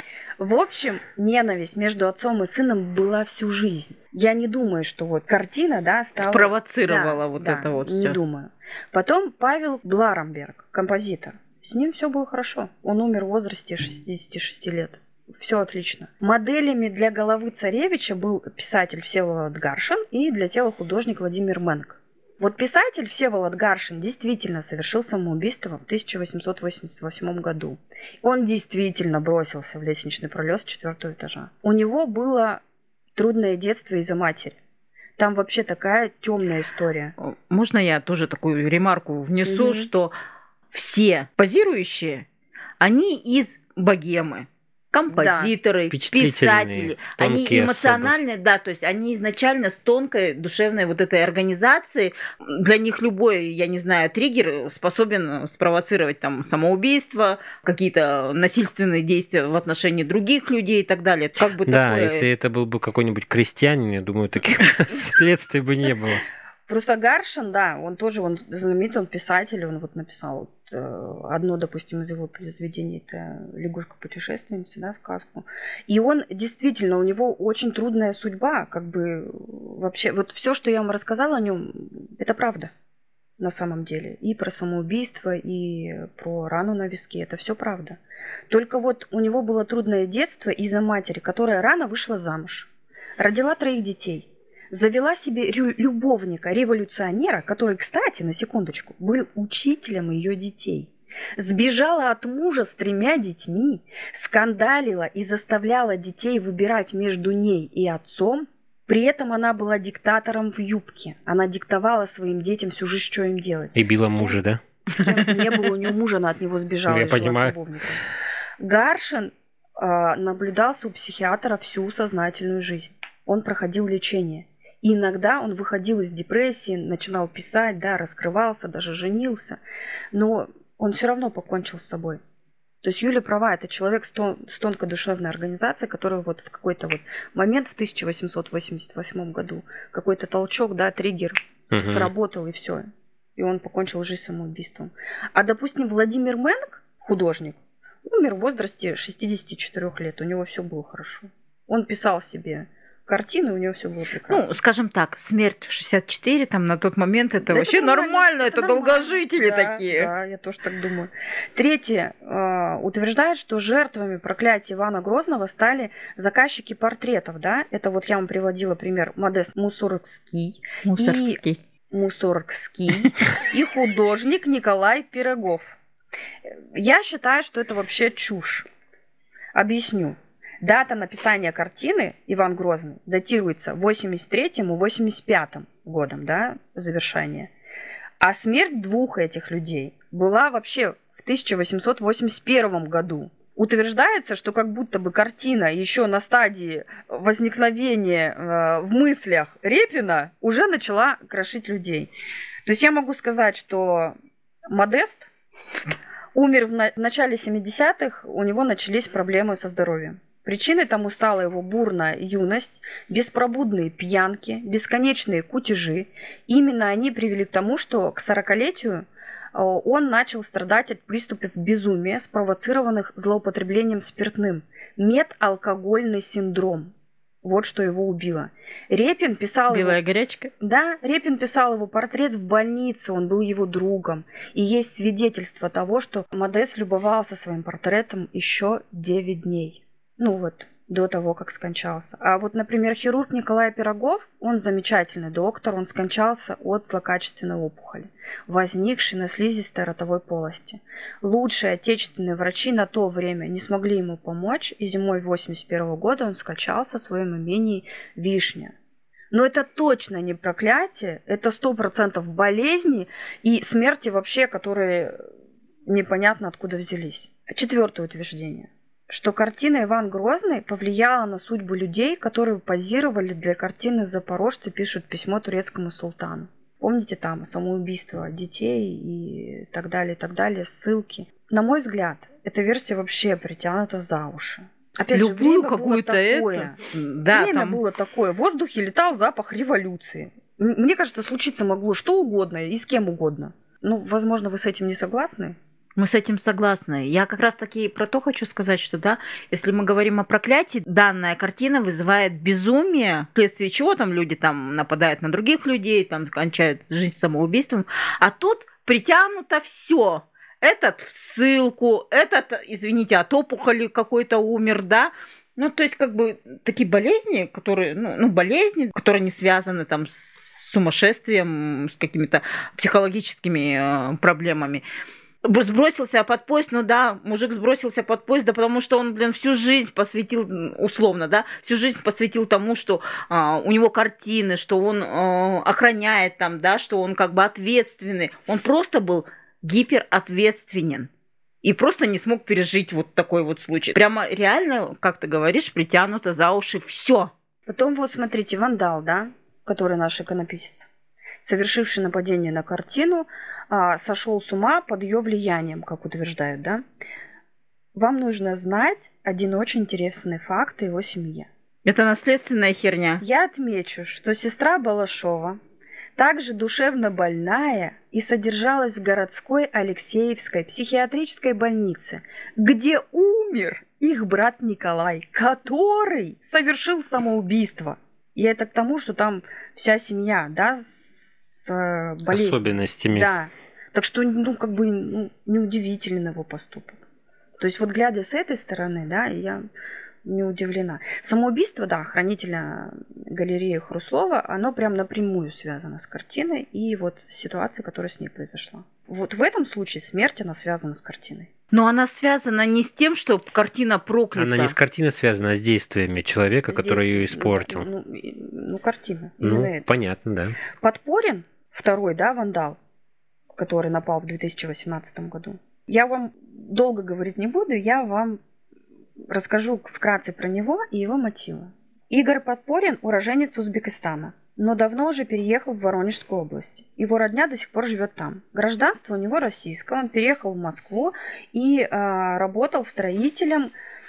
S2: В общем, ненависть между отцом и сыном была всю жизнь. Я не думаю, что вот картина, да, стала...
S3: Спровоцировала
S2: да,
S3: вот
S2: да,
S3: это вот
S2: не
S3: все.
S2: Не думаю. Потом Павел Бларамберг, композитор. С ним все было хорошо. Он умер в возрасте шестидесяти шести лет. все отлично. Моделями для головы царевича был писатель Всеволод Гаршин и для тела художник Владимир Менг. Вот писатель Всеволод Гаршин действительно совершил самоубийство в тысяча восемьсот восемьдесят восьмом году. Он действительно бросился в лестничный пролет с четвертого этажа. У него было трудное детство из-за матери. Там вообще такая темная история.
S3: Можно я тоже такую ремарку внесу, mm-hmm. что все позирующие, они из богемы. Композиторы, да. Писатели, они эмоциональные, особо. Да, то есть они изначально с тонкой душевной вот этой организацией, для них любой, я не знаю, триггер способен спровоцировать там самоубийство, какие-то насильственные действия в отношении других людей и так далее. Как бы
S1: да,
S3: такое...
S1: если это был бы какой-нибудь крестьянин, я думаю, таких следствий бы не было.
S2: Просто Гаршин, да, он тоже, он знаменитый, он писатель, он вот написал вот, одно, допустим, из его произведений, это «Лягушка-путешественница», да, сказку. И он действительно, у него очень трудная судьба, как бы вообще, вот все, что я вам рассказала о нем, это правда на самом деле. И про самоубийство, и про рану на виске, это все правда. Только вот у него было трудное детство из-за матери, которая рано вышла замуж, родила троих детей. Завела себе любовника, революционера, который, кстати, на секундочку, был учителем ее детей. Сбежала от мужа с тремя детьми, скандалила и заставляла детей выбирать между ней и отцом. При этом она была диктатором в юбке. Она диктовала своим детям всю жизнь, что им делать.
S1: И била мужа, да?
S2: С кем не было у нее мужа, она от него сбежала
S1: Я
S2: и жила
S1: понимаю.
S2: с любовником. Гаршин э, наблюдался у психиатра всю сознательную жизнь. Он проходил лечение. И иногда он выходил из депрессии, начинал писать, да, раскрывался, даже женился. Но он все равно покончил с собой. То есть Юля права, это человек с, тон, с тонкой душевной организацией, который вот в какой-то вот момент в тысяча восемьсот восемьдесят восьмом году какой-то толчок, да, триггер угу. сработал, и все. И он покончил жизнь самоубийством. А, допустим, Владимир Менг, художник, умер в возрасте шестидесяти четырёх лет. У него все было хорошо. Он писал себе картины, у него все было прекрасно.
S3: Ну, скажем так, смерть в шестьдесят четыре, там, на тот момент, это да вообще это нормально, нормально, это, это нормально. Долгожители
S2: да,
S3: такие.
S2: Да, я тоже так думаю. Третье. Э, утверждает, что жертвами проклятия Ивана Грозного стали заказчики портретов, да? Это вот я вам приводила пример Модест Мусоргский.
S3: Мусоргский.
S2: И, Мусоргский. И художник Николай Пирогов. Я считаю, что это вообще чушь. Объясню. Дата написания картины «Иван Грозный» датируется восемьдесят третьим и восемьдесят пятым годом, да, завершения. А смерть двух этих людей была вообще в тысяча восемьсот восемьдесят первом году. Утверждается, что как будто бы картина еще на стадии возникновения э, в мыслях Репина уже начала крошить людей. То есть я могу сказать, что Модест умер в, на- в начале семидесятых, у него начались проблемы со здоровьем. Причиной тому стала его бурная юность, беспробудные пьянки, бесконечные кутежи. Именно они привели к тому, что к сорокалетию он начал страдать от приступов безумия, спровоцированных злоупотреблением спиртным. Металкогольный синдром. Вот что его убило. Репин писал...
S3: Белая
S2: его...
S3: горячка?
S2: Да, Репин писал его портрет в больнице, он был его другом. И есть свидетельство того, что Модест любовался своим портретом еще девять дней. Ну вот, до того, как скончался. А вот, например, хирург Николай Пирогов, он замечательный доктор, он скончался от злокачественной опухоли, возникшей на слизистой ротовой полости. Лучшие отечественные врачи на то время не смогли ему помочь, и зимой восемьдесят первого года он скончался в своем имении Вишня. Но это точно не проклятие, это сто процентов болезни и смерти вообще, которые непонятно откуда взялись. Четвертое утверждение. Что картина «Иван Грозный» повлияла на судьбу людей, которые позировали для картины «Запорожцы пишут письмо турецкому султану». Помните там самоубийство детей и так далее, и так далее, ссылки. На мой взгляд, эта версия вообще притянута за уши. Опять
S3: Любую
S2: же, время
S3: какую-то
S2: было такое.
S3: Это... Да,
S2: время
S3: там...
S2: было такое. В воздухе летал запах революции. Мне кажется, случиться могло что угодно и с кем угодно. Ну, возможно, вы с этим не согласны?
S3: Мы с этим согласны. Я как раз таки про то хочу сказать, что да, если мы говорим о проклятии, данная картина вызывает безумие, вследствие чего там люди там нападают на других людей, там кончают жизнь самоубийством, а тут притянуто все. этот в ссылку, этот, извините, от опухоли какой-то умер, да. Ну, то есть, как бы, такие болезни, которые, ну, ну болезни, которые не связаны там с сумасшествием, с какими-то психологическими э, проблемами. Сбросился под поезд, ну да, мужик сбросился под поезд, да потому что он, блин, всю жизнь посвятил, условно, да, всю жизнь посвятил тому, что а, у него картины, что он а, охраняет там, да, что он как бы ответственный. Он просто был гиперответственен и просто не смог пережить вот такой вот случай. Прямо реально, как ты говоришь, притянуто за уши все.
S2: Потом вот смотрите, вандал, да, который наш иконописец, совершивший нападение на картину, сошел с ума под ее влиянием, как утверждают, да? Вам нужно знать один очень интересный факт о его семье.
S3: Это наследственная херня.
S2: Я отмечу, что сестра Балашова также душевно больная и содержалась в городской Алексеевской психиатрической больнице, где умер их брат Николай, который совершил самоубийство. И это к тому, что там вся семья, да, с болезнью.
S1: Особенностями.
S2: Да. Так что, ну, как бы, ну, неудивителен его поступок. То есть вот глядя с этой стороны, да, я не удивлена. Самоубийство, да, хранителя галереи Хруслова, оно прям напрямую связано с картиной и вот ситуацией, которая с ней произошла. Вот в этом случае смерть, она связана с картиной.
S3: Но она связана не с тем, что картина проклята.
S1: Она не с картиной связана, а с действиями человека,
S2: С
S1: который ее
S2: действием.
S1: испортил.
S2: Ну, ну, ну картина.
S1: Ну,
S2: это.
S1: понятно, да.
S2: Подпорин, второй, да, вандал, который напал в две тысячи восемнадцатом году. Я вам долго говорить не буду, я вам расскажу вкратце про него и его мотивы. Игорь Подпорин – уроженец Узбекистана, но давно уже переехал в Воронежскую область. Его родня до сих пор живет там. Гражданство у него российское, он переехал в Москву и э, работал строителем,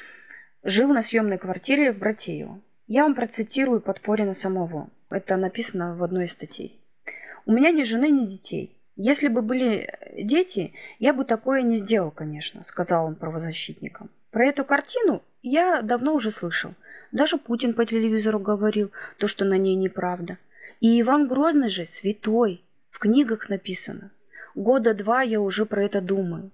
S2: жил на съемной квартире в Братеево. Я вам процитирую Подпорина самого. Это написано в одной из статей. «У меня ни жены, ни детей. Если бы были дети, я бы такое не сделал, конечно», — сказал он правозащитникам. Про эту картину я давно уже слышал. Даже Путин по телевизору говорил то, что на ней неправда. И Иван Грозный же святой. В книгах написано. Года два я уже про это думаю.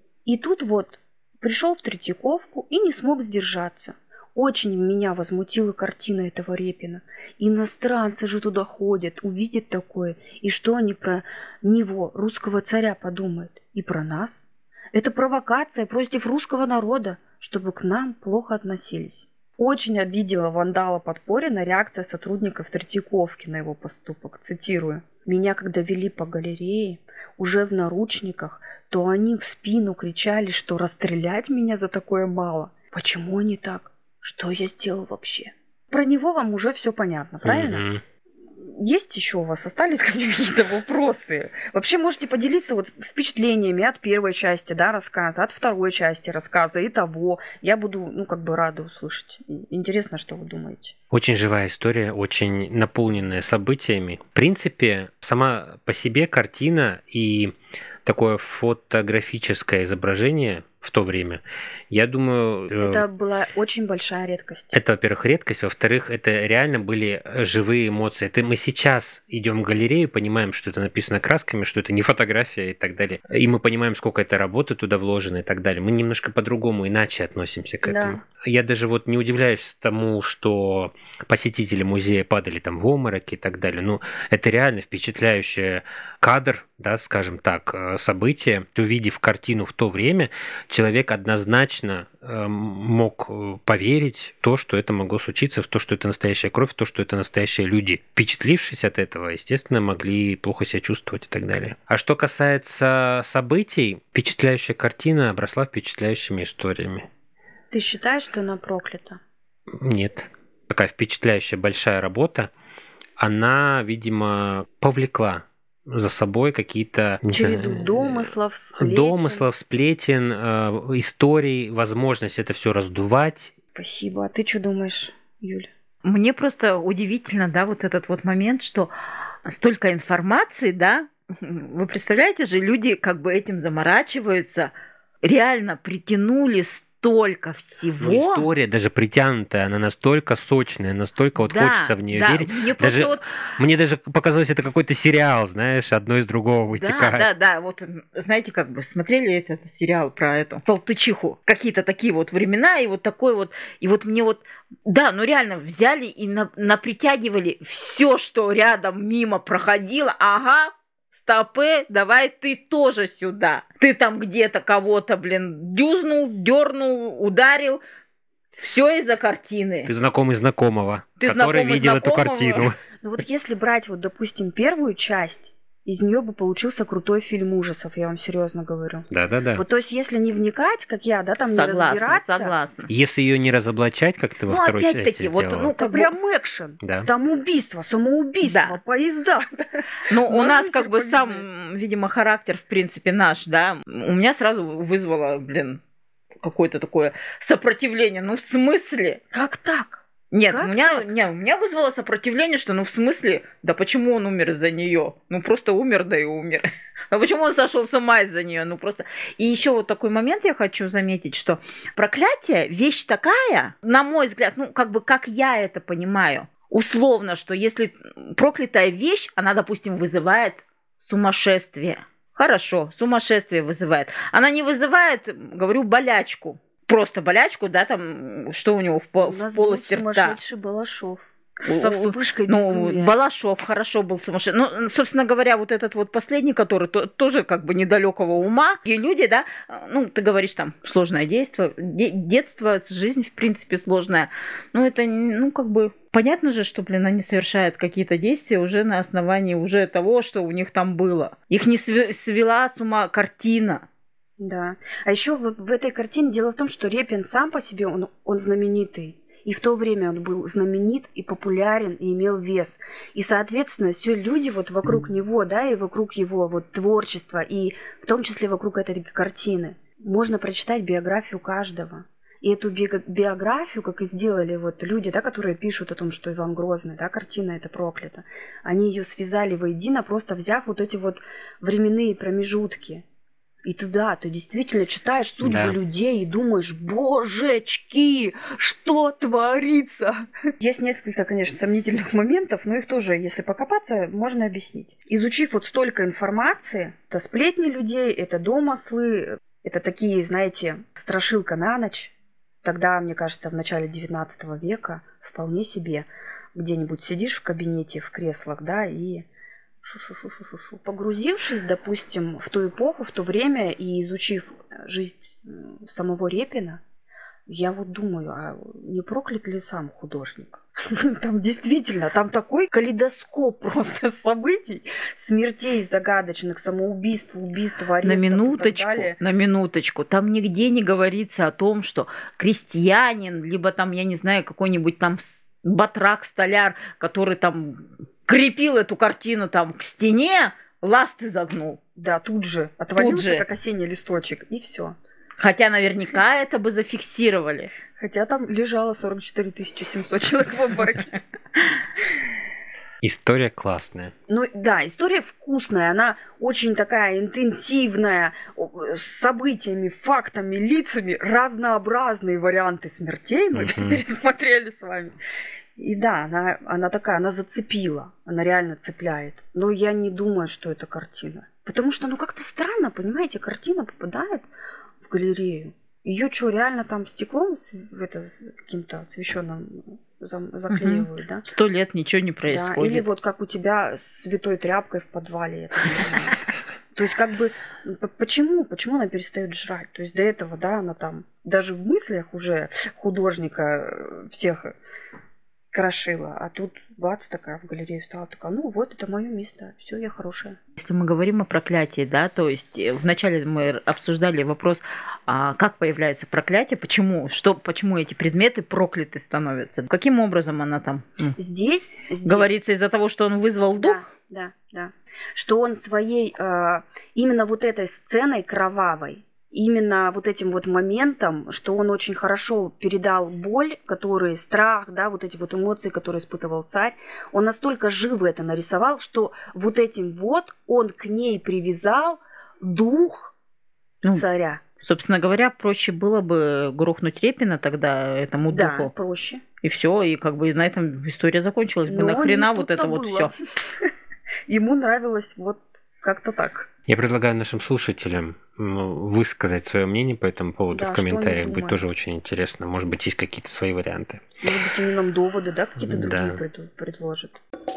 S2: И тут вот пришел в Третьяковку и не смог сдержаться. Очень меня возмутила картина этого Репина. Иностранцы же туда ходят, увидят такое. И что они про него, русского царя, подумают? И про нас? Это провокация против русского народа, чтобы к нам плохо относились. Очень обидела вандала Подпорина реакция сотрудников Третьяковки на его поступок. Цитирую. «Меня, когда вели по галерее, уже в наручниках, то они в спину кричали, что расстрелять меня за такое мало. Почему они так? Что я сделал вообще?» Про него вам уже все понятно, правильно? Mm-hmm. Есть еще у вас остались какие-то вопросы? Вообще можете поделиться вот впечатлениями от первой части, да, рассказа, от второй части рассказа и того. Я буду, ну, как бы рада услышать. Интересно, что вы думаете.
S1: Очень живая история, очень наполненная событиями. В принципе, сама по себе картина и такое фотографическое изображение в то время, я думаю...
S2: Это была очень большая редкость.
S1: Это, во-первых, редкость. Во-вторых, это реально были живые эмоции. Это мы сейчас идем в галерею, понимаем, что это написано красками, что это не фотография и так далее. И мы понимаем, сколько это работы туда вложено и так далее. Мы немножко по-другому, иначе относимся к этому. Да. Я даже вот не удивляюсь тому, что посетители музея падали там в обмороки и так далее. Ну, это реально впечатляющий кадр, да, скажем так, событие. Увидев картину в то время, человек однозначно мог поверить в то, что это могло случиться, в то, что это настоящая кровь, в то, что это настоящие люди. Впечатлившись от этого, естественно, могли плохо себя чувствовать и так далее. А что касается событий, впечатляющая картина обросла впечатляющими историями.
S2: Ты считаешь, что она проклята?
S1: Нет. Такая впечатляющая большая работа, она, видимо, повлекла за собой какие-то...
S2: Череду знаю, домыслов, сплетен.
S1: Домыслов, сплетен, э, историй, возможность это все раздувать.
S2: Спасибо. А ты что думаешь, Юля?
S3: Мне просто удивительно, да, вот этот вот момент, что столько информации, да, вы представляете же, люди как бы этим заморачиваются, реально притянули столько всего.
S1: Ну, история даже притянутая, она настолько сочная, настолько вот
S3: Да,
S1: хочется в нее
S3: да,
S1: верить.
S3: Мне,
S1: Даже,
S3: вот...
S1: мне даже показалось, это какой-то сериал, знаешь, одно из другого вытекает.
S3: Да, да, да. Вот, знаете, как бы смотрели этот сериал про эту Салтычиху. Какие-то такие вот времена, и вот такой вот. И вот мне вот, да, ну реально взяли и на, напритягивали все, что рядом мимо проходило. Ага, стопы, давай ты тоже сюда. Ты там где-то кого-то, блин, дюзнул, дернул, ударил. Все из-за картины.
S1: Ты знакомый знакомого,
S3: Ты
S1: который
S3: знакомый
S1: видел
S3: знакомого.
S1: эту картину.
S2: Ну вот если брать вот, допустим, первую часть, из нее бы получился крутой фильм ужасов, я вам серьезно говорю.
S1: Да-да-да.
S2: Вот, то есть, если не вникать, как я, да, там
S3: Согласна,
S2: не разбираться.
S3: согласна.
S1: Если ее не разоблачать, как ты во
S3: Ну,
S1: второй части
S3: опять-таки, вот,
S1: сделала.
S3: ну,
S2: Это
S3: как бы-
S2: прям экшен.
S1: Да.
S2: Там убийство, самоубийство,
S3: Да.
S2: поезда.
S3: Ну, у
S2: Ножи
S3: нас как бы
S2: серповидные.
S3: сам, видимо, характер, в принципе, наш, да. У меня сразу вызвало, блин, какое-то такое сопротивление. Ну, в смысле?
S2: Как так?
S3: Нет,
S2: Как
S3: у меня,
S2: так?
S3: не, у меня вызвало сопротивление, что ну в смысле, да почему он умер из-за нее? Ну просто умер, да и умер. А почему он сошел с ума из-за нее? Ну просто. И еще вот такой момент я хочу заметить, что проклятие вещь такая, на мой взгляд, ну как бы как я это понимаю, условно, что если проклятая вещь, она, допустим, вызывает сумасшествие. Хорошо, сумасшествие вызывает. Она не вызывает, говорю, болячку. Просто болячку, да, там, что у него в, по-
S2: У нас
S3: в
S2: был
S3: полости рта.
S2: сумасшедший Балашов. Со
S3: У-
S2: вспышкой
S3: Ну,
S2: безумия.
S3: Балашов хорошо был сумасшедший. Ну, собственно говоря, вот этот вот последний, который то- тоже как бы недалекого ума. И люди, да, ну, ты говоришь там, сложное действо, де- детство, жизнь, в принципе, сложная. Ну, это, ну, как бы... Понятно же, что, блин, они совершают какие-то действия уже на основании уже того, что у них там было. Их не све- свела с ума картина.
S2: Да. А еще в, в этой картине дело в том, что Репин сам по себе, он, он знаменитый. И в то время он был знаменит и популярен, и имел вес. И, соответственно, все люди вот вокруг него, да, и вокруг его вот творчества, и в том числе вокруг этой картины. Можно прочитать биографию каждого. И эту би- биографию, как и сделали вот люди, да, которые пишут о том, что Иван Грозный, да, картина эта проклята, они ее связали воедино, просто взяв вот эти вот временные промежутки. И туда ты действительно читаешь судьбы
S1: Да.
S2: людей и думаешь, божечки, что творится? Есть несколько, конечно, сомнительных моментов, но их тоже, если покопаться, можно объяснить. Изучив вот столько информации, это сплетни людей, это домыслы, это такие, знаете, страшилка на ночь. Тогда, мне кажется, в начале девятнадцатого века вполне себе где-нибудь сидишь в кабинете, в креслах, да, и... Шу-шу-шу-шу-шу. Погрузившись, допустим, в ту эпоху, в то время и изучив жизнь самого Репина, я вот думаю, а не проклят ли сам художник? Там действительно, там такой калейдоскоп просто событий, смертей загадочных, самоубийств, убийств, арестов
S3: На
S2: и так
S3: минуточку,
S2: далее.
S3: на минуточку. Там нигде не говорится о том, что крестьянин, либо там, я не знаю, какой-нибудь там с- батрак, столяр, который там крепил эту картину там к стене, ласты загнул.
S2: Да, тут же отвалился,
S3: же.
S2: как осенний листочек, и все.
S3: Хотя наверняка это бы зафиксировали.
S2: Хотя там лежало сорок четыре тысячи семьсот человек в обмороке.
S1: История классная.
S2: Ну да, история вкусная, она очень такая интенсивная, о- с событиями, фактами, лицами, разнообразные варианты смертей мы
S1: Мгм.
S2: пересмотрели с вами. И да, она, она такая, она зацепила, она реально цепляет. Но я не думаю, что это картина. Потому что, ну как-то странно, понимаете, картина попадает в галерею. Ее что, реально там стеклом с- в это, с каким-то освещенным зам- заклеивают, да?
S3: Сто лет ничего не
S2: Да,
S3: происходит.
S2: или вот как у тебя с святой тряпкой в подвале. Это не знаю. То есть как бы п- почему, почему она перестает жрать? То есть до этого, да, она там даже в мыслях уже художника э, всех крошила, а тут бац, такая в галерею стала, такая, ну вот это мое место, все, я хорошая.
S3: Если мы говорим о проклятии, да, то есть э, вначале мы обсуждали вопрос, а как появляется проклятие, почему, что, почему эти предметы прокляты становятся, каким образом она там м,
S2: Здесь, здесь
S3: говорится из-за того, что он вызвал дух.
S2: Да, да, да. Что он своей, э, именно вот этой сценой кровавой, именно вот этим вот моментом, что он очень хорошо передал боль, который, страх, да, вот эти вот эмоции, которые испытывал царь, он настолько живо это нарисовал, что вот этим вот он к ней привязал дух
S3: Ну,
S2: царя.
S3: Собственно говоря, проще было бы грохнуть Репина тогда этому
S2: Да,
S3: духу.
S2: проще.
S3: И все, и как бы на этом история закончилась бы.
S2: Но
S3: Нахрена
S2: не
S3: вот
S2: тут-то
S3: это вот
S2: было.
S3: все.
S2: Ему нравилось вот как-то так.
S1: Я предлагаю нашим слушателям м, высказать свое мнение по этому поводу
S2: Да,
S1: в
S2: что они
S1: комментариях. Будет
S2: думают.
S1: тоже очень интересно. Может быть, есть какие-то свои варианты.
S2: Может быть, они нам доводы, да, какие-то
S1: Да.
S2: другие пред- предложат.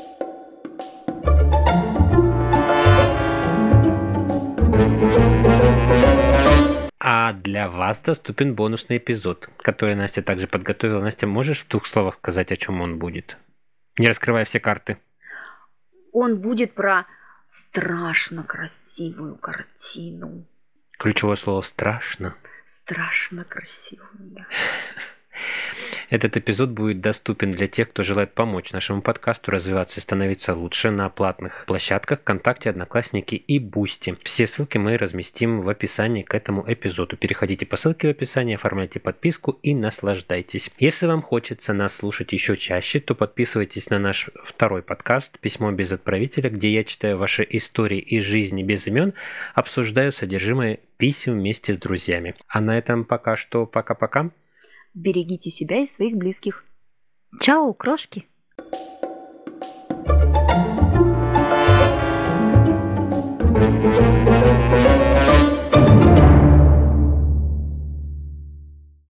S1: А для вас доступен бонусный эпизод, который Настя также подготовила. Настя, можешь в двух словах сказать, о чем он будет? Не раскрывая все карты.
S2: Он будет про страшно красивую картину.
S1: Ключевое слово «страшно».
S2: Страшно красивую, да.
S1: Этот эпизод будет доступен для тех, кто желает помочь нашему подкасту развиваться и становиться лучше на платных площадках ВКонтакте, Одноклассники и Бусти. Все ссылки мы разместим в описании к этому эпизоду. Переходите по ссылке в описании, оформляйте подписку и наслаждайтесь. Если вам хочется нас слушать еще чаще, то подписывайтесь на наш второй подкаст «Письмо без отправителя», где я читаю ваши истории из жизни без имен, обсуждаю содержимое писем вместе с друзьями. А на этом пока что пока-пока.
S2: Берегите себя и своих близких.
S3: Чао, крошки!
S2: Thank you.